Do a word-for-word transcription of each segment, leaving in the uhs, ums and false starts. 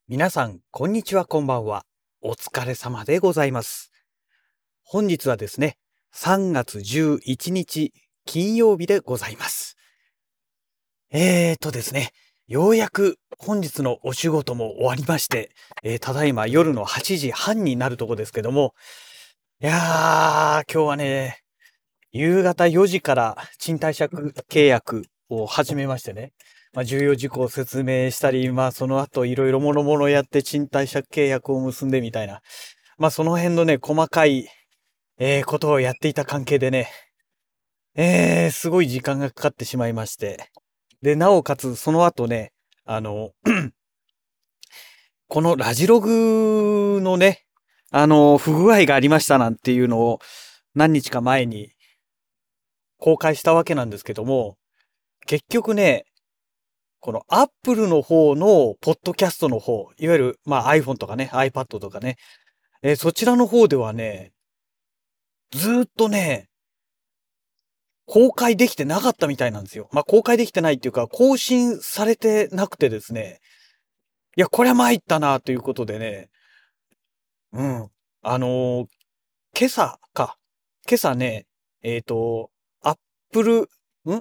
皆さん、こんにちは、こんばんは。お疲れ様でございます。本日はですね、さんがつじゅういちにち金曜日でございます。えーとですね、ようやく本日のお仕事も終わりまして、えーただいま夜のはちじはんになるとこですけども、いやー、今日はね、夕方よじから賃貸借契約を始めましてね、まあ、重要事項を説明したり、まあ、その後いろいろ諸々やって賃貸借契約を結んでみたいな、まあ、その辺のね、細かい、えーことをやっていた関係でね、えー、すごい時間がかかってしまいまして、で、なおかつ、その後ね、あの、このラジログのね、あの、不具合がありましたなんていうのを何日か前に公開したわけなんですけども、結局ね、この Apple の方のポッドキャストの方、いわゆる、まあ iPhone とかね、iPad とかね、えーそちらの方ではね、ずーっとね、公開できてなかったみたいなんですよ。まあ公開できてないっていうか、更新されてなくてですね、いや、これは参ったなということでね、うん。あのー今朝か。今朝ね、えっと、Apple、ん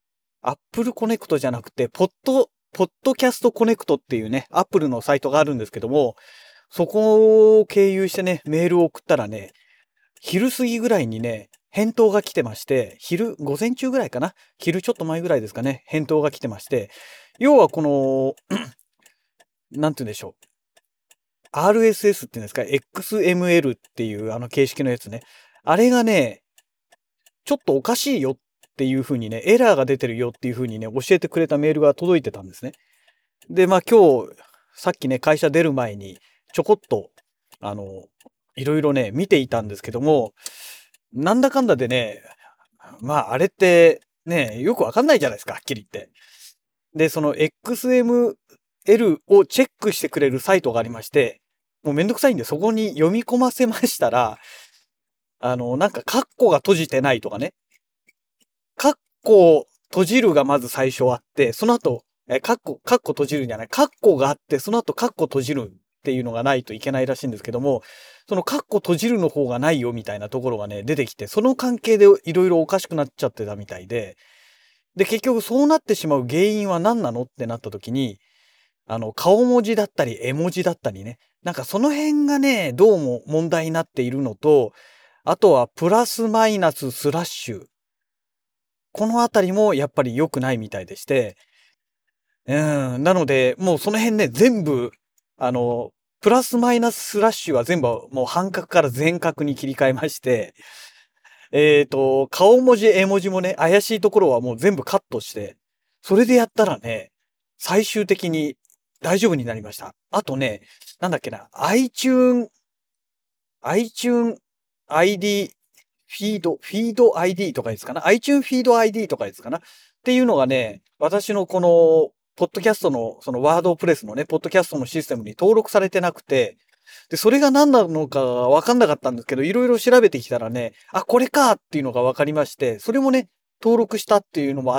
Apple Connect じゃなくて、ポッド、ポッドキャストコネクトっていうね、Apple のサイトがあるんですけども、そこを経由してね、メールを送ったらね、昼過ぎぐらいにね、返答が来てまして、昼、午前中ぐらいかな、昼ちょっと前ぐらいですかね、返答が来てまして、要はこの、なんて言うんでしょう。アールエスエス っていうんですか、エックスエムエル っていうあの形式のやつね。あれがね、ちょっとおかしいよっていう風にね、エラーが出てるよっていう風にね、教えてくれたメールが届いてたんですね。で、まあ今日、さっきね、会社出る前に、ちょこっと、あの、いろいろね、見ていたんですけども、なんだかんだでね、まああれって、ね、よくわかんないじゃないですか、はっきり言って。で、その エックスエムエル をチェックしてくれるサイトがありまして、もうめんどくさいんでそこに読み込ませましたら、あの、なんかカッコが閉じてないとかね、カッコを閉じるがまず最初あって、その後、え、カッコ、カッコ閉じるんじゃない、カッコがあって、その後カッコ閉じるっていうのがないといけないらしいんですけども、そのカッコ閉じるの方がないよみたいなところがね、出てきて、その関係でいろいろおかしくなっちゃってたみたいで、で、結局そうなってしまう原因は何なのってなった時に、あの、顔文字だったり絵文字だったりね、なんかその辺がね、どうも問題になっているのと、あとはプラスマイナススラッシュ。このあたりもやっぱり良くないみたいでして、うん、なので、もうその辺ね、全部、あの、プラスマイナススラッシュは全部もう半角から全角に切り替えまして、えっと、顔文字、絵文字もね、怪しいところはもう全部カットして、それでやったらね、最終的に大丈夫になりました。あとね、なんだっけな、iTune、iTune アイディー、フィード、フィード アイディー とかですかな ?iTune フィード アイディー とかですかなっていうのがね、私のこの、ポッドキャストの、そのワードプレスのね、ポッドキャストのシステムに登録されてなくて、で、それが何なのかわかんなかったんですけど、いろいろ調べてきたらね、あ、これかっていうのがわかりまして、それもね、登録したっていうのもあって、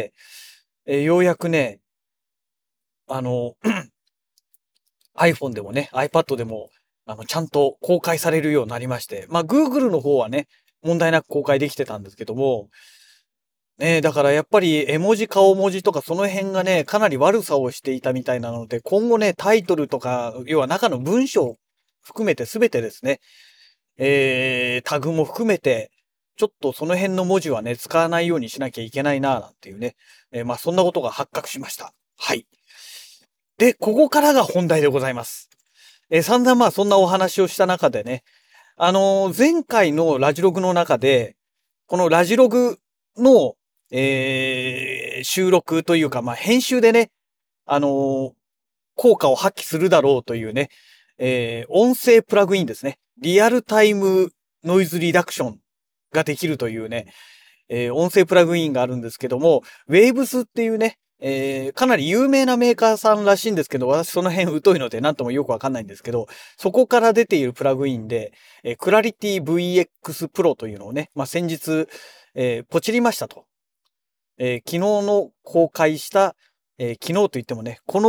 えーようやくね、あの、iPhone でもね、iPad でも、あの、ちゃんと公開されるようになりまして、まあ、Google の方はね、問題なく公開できてたんですけども、ね、だからやっぱり絵文字、顔文字とかその辺がね、かなり悪さをしていたみたいなので、今後ね、タイトルとか、要は中の文章含めて全てですね、えー、タグも含めて、ちょっとその辺の文字はね、使わないようにしなきゃいけないな、なんていうね。えーまあ、そんなことが発覚しました。はい。で、ここからが本題でございます。えー散々まあ、そんなお話をした中でね、あのー前回のラジログの中で、このラジログの、えー収録というか、まあ、編集でね、あのー効果を発揮するだろうというね、えー音声プラグインですね。リアルタイムノイズリダクションができるというね、えー音声プラグインがあるんですけども、Waves っていうね、えーかなり有名なメーカーさんらしいんですけど、私その辺疎いので何ともよくわかんないんですけど、そこから出ているプラグインで、えー、Clarity ブイエックス Pro というのをね、まあ、先日、えーポチりましたと。えー昨日の公開した、えー昨日といってもね、この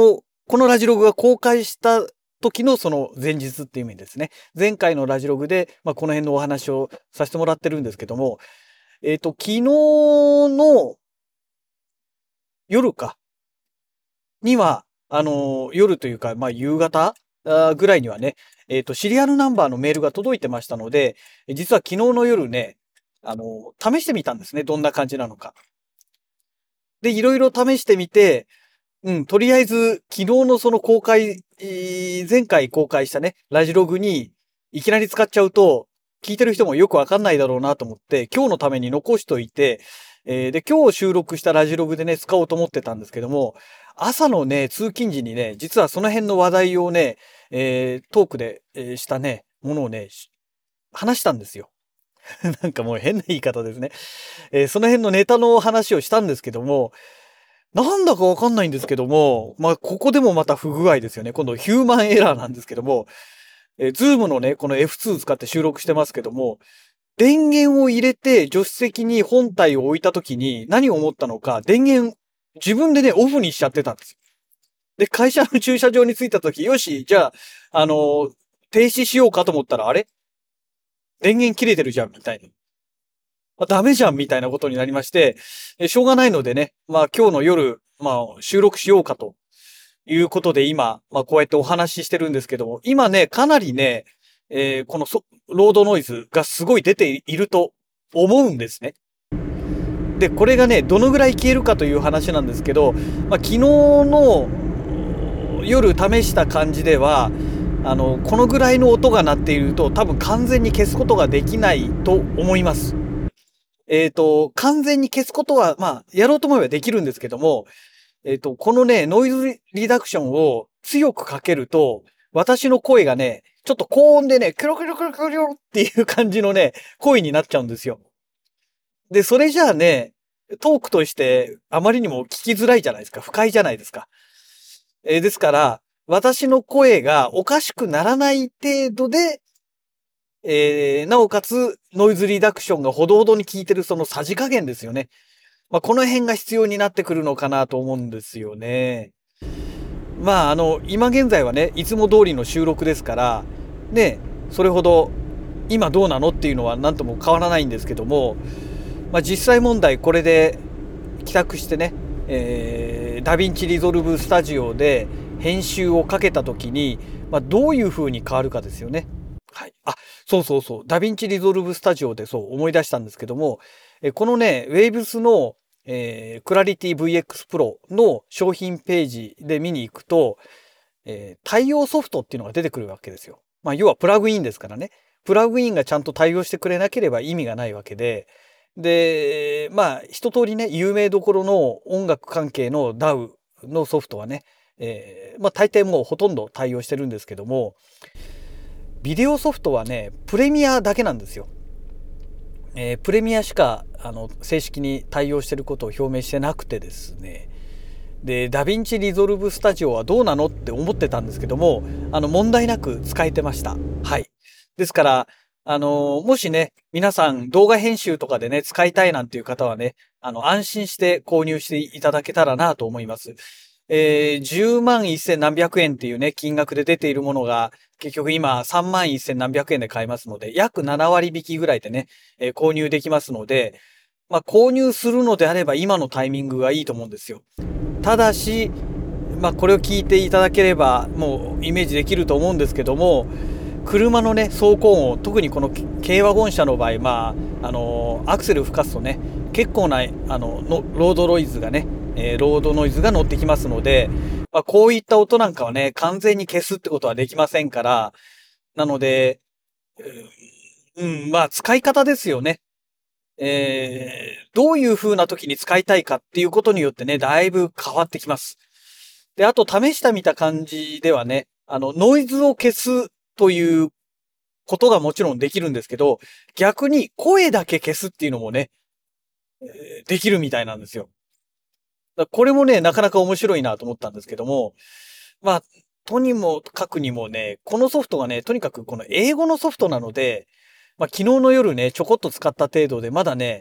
このラジログが公開した時のその前日っていう意味ですね。前回のラジログで、まあ、この辺のお話をさせてもらってるんですけども、えっと、昨日の夜か、には、あのー夜というか、まあ、夕方あーぐらいにはね、えっと、シリアルナンバーのメールが届いてましたので、実は昨日の夜ね、あのー試してみたんですね。どんな感じなのか。で、いろいろ試してみて、うん、とりあえず、昨日のその公開、えー前回公開したね、ラジログに、いきなり使っちゃうと、聞いてる人もよくわかんないだろうなと思って、今日のために残しといて、えーで、今日収録したラジログでね、使おうと思ってたんですけども、朝のね、通勤時にね、実はその辺の話題をね、えートークで、えーしたね、ものをね、し話したんですよ。なんかもう変な言い方ですね。えーその辺のネタの話をしたんですけども、なんだかわかんないんですけども、まあ、ここでもまた不具合ですよね。今度ヒューマンエラーなんですけども、えー、ズームのね、この エフツー 使って収録してますけども、電源を入れて助手席に本体を置いた時に何を思ったのか、電源自分でね、オフにしちゃってたんですよ。で、会社の駐車場に着いた時、よし、じゃあ、あのー停止しようかと思ったら、あれ電源切れてるじゃん、みたいな。あ、ダメじゃん、みたいなことになりまして、えしょうがないのでね、まあ今日の夜、まあ収録しようかということで今、まあこうやってお話ししてるんですけども、今ね、かなりね、えーこのそロードノイズがすごい出ていると思うんですね。で、これがね、どのぐらい消えるかという話なんですけど、まあ昨日の夜試した感じでは、あの、このぐらいの音が鳴っていると多分完全に消すことができないと思います。えっと、完全に消すことは、まあ、やろうと思えばできるんですけども、えっと、このね、ノイズリダクションを強くかけると、私の声がね、ちょっと高音でね、キョロキョロキョロキョロっていう感じのね、声になっちゃうんですよ。で、それじゃあね、トークとしてあまりにも聞きづらいじゃないですか。不快じゃないですか。えーですから、私の声がおかしくならない程度で、えーなおかつ、ノイズリダクションがほどほどに効いてるそのさじ加減ですよね。まあ、この辺が必要になってくるのかなと思うんですよね。まあ、あの、今現在はね、いつも通りの収録ですから、ね、それほど今どうなのっていうのは何とも変わらないんですけども、まあ、実際問題これで帰宅してね、えー、ダヴィンチリゾルブスタジオで編集をかけた時に、まあ、どういう風に変わるかですよね。はい。あ、そうそうそう。ダヴィンチリゾルブスタジオでそう思い出したんですけども、えこのね、Waves の、えー、クラリティ ブイエックス Pro の商品ページで見に行くと、えー対応ソフトっていうのが出てくるわけですよ。まあ、要はプラグインですからね。プラグインがちゃんと対応してくれなければ意味がないわけで、で、まあ、一通りね、有名どころの音楽関係の ダウ のソフトはね、えーまあ、大抵もうほとんど対応してるんですけども、ビデオソフトはね、プレミアだけなんですよ。えープレミアしか、あの、正式に対応してることを表明してなくてですね。で、ダヴィンチリゾルブスタジオはどうなのって思ってたんですけども、あの、問題なく使えてました。はい。ですから、あのもしね、皆さん動画編集とかでね、使いたいなんていう方はね、あの、安心して購入していただけたらなと思います。えー、じゅうまんせん何百円っていうね、金額で出ているものが、結局今さんまんせん何百円で買えますので、約なな割引きぐらいでね、えー購入できますので、まあ、購入するのであれば今のタイミングがいいと思うんですよ。ただし、まあ、これを聞いていただければ、もうイメージできると思うんですけども、車のね、走行音、特にこの軽ワゴン車の場合、まあ、あのーアクセル吹かすとね、結構な、あの、のロードノイズがね、えーロードノイズが乗ってきますので、まあ、こういった音なんかはね、完全に消すってことはできませんから、なので、うん、うんまあ、使い方ですよね。えー、どういう風な時に使いたいかっていうことによってね、だいぶ変わってきます。で、あと試してみた感じではね、あの、ノイズを消すということがもちろんできるんですけど、逆に声だけ消すっていうのもね、えーできるみたいなんですよ。だからこれもね、なかなか面白いなと思ったんですけども、まあ、とにもかくにもね、このソフトがね、とにかくこの英語のソフトなので、まあ昨日の夜ね、ちょこっと使った程度で、まだね、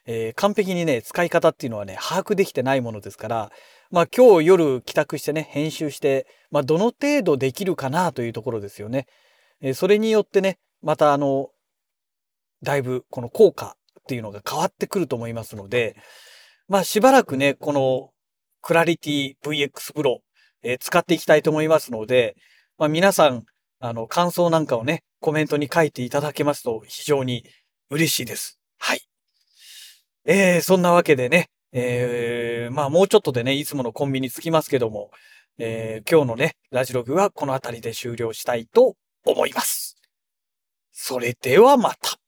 えー完璧にね、使い方っていうのはね、把握できてないものですから、まあ今日夜帰宅してね、編集して、まあどの程度できるかなというところですよね。えーそれによってね、またあの、だいぶこの効果っていうのが変わってくると思いますので、まあしばらくね、このクラリティ ブイエックス Pro、えー使っていきたいと思いますので、まあ皆さん、あの、感想なんかをね、コメントに書いていただけますと非常に嬉しいです。はい。えー、そんなわけでね、えー、まあもうちょっとでね、いつものコンビニ着きますけども、えー、今日のね、ラジログはこの辺りで終了したいと思います。それではまた。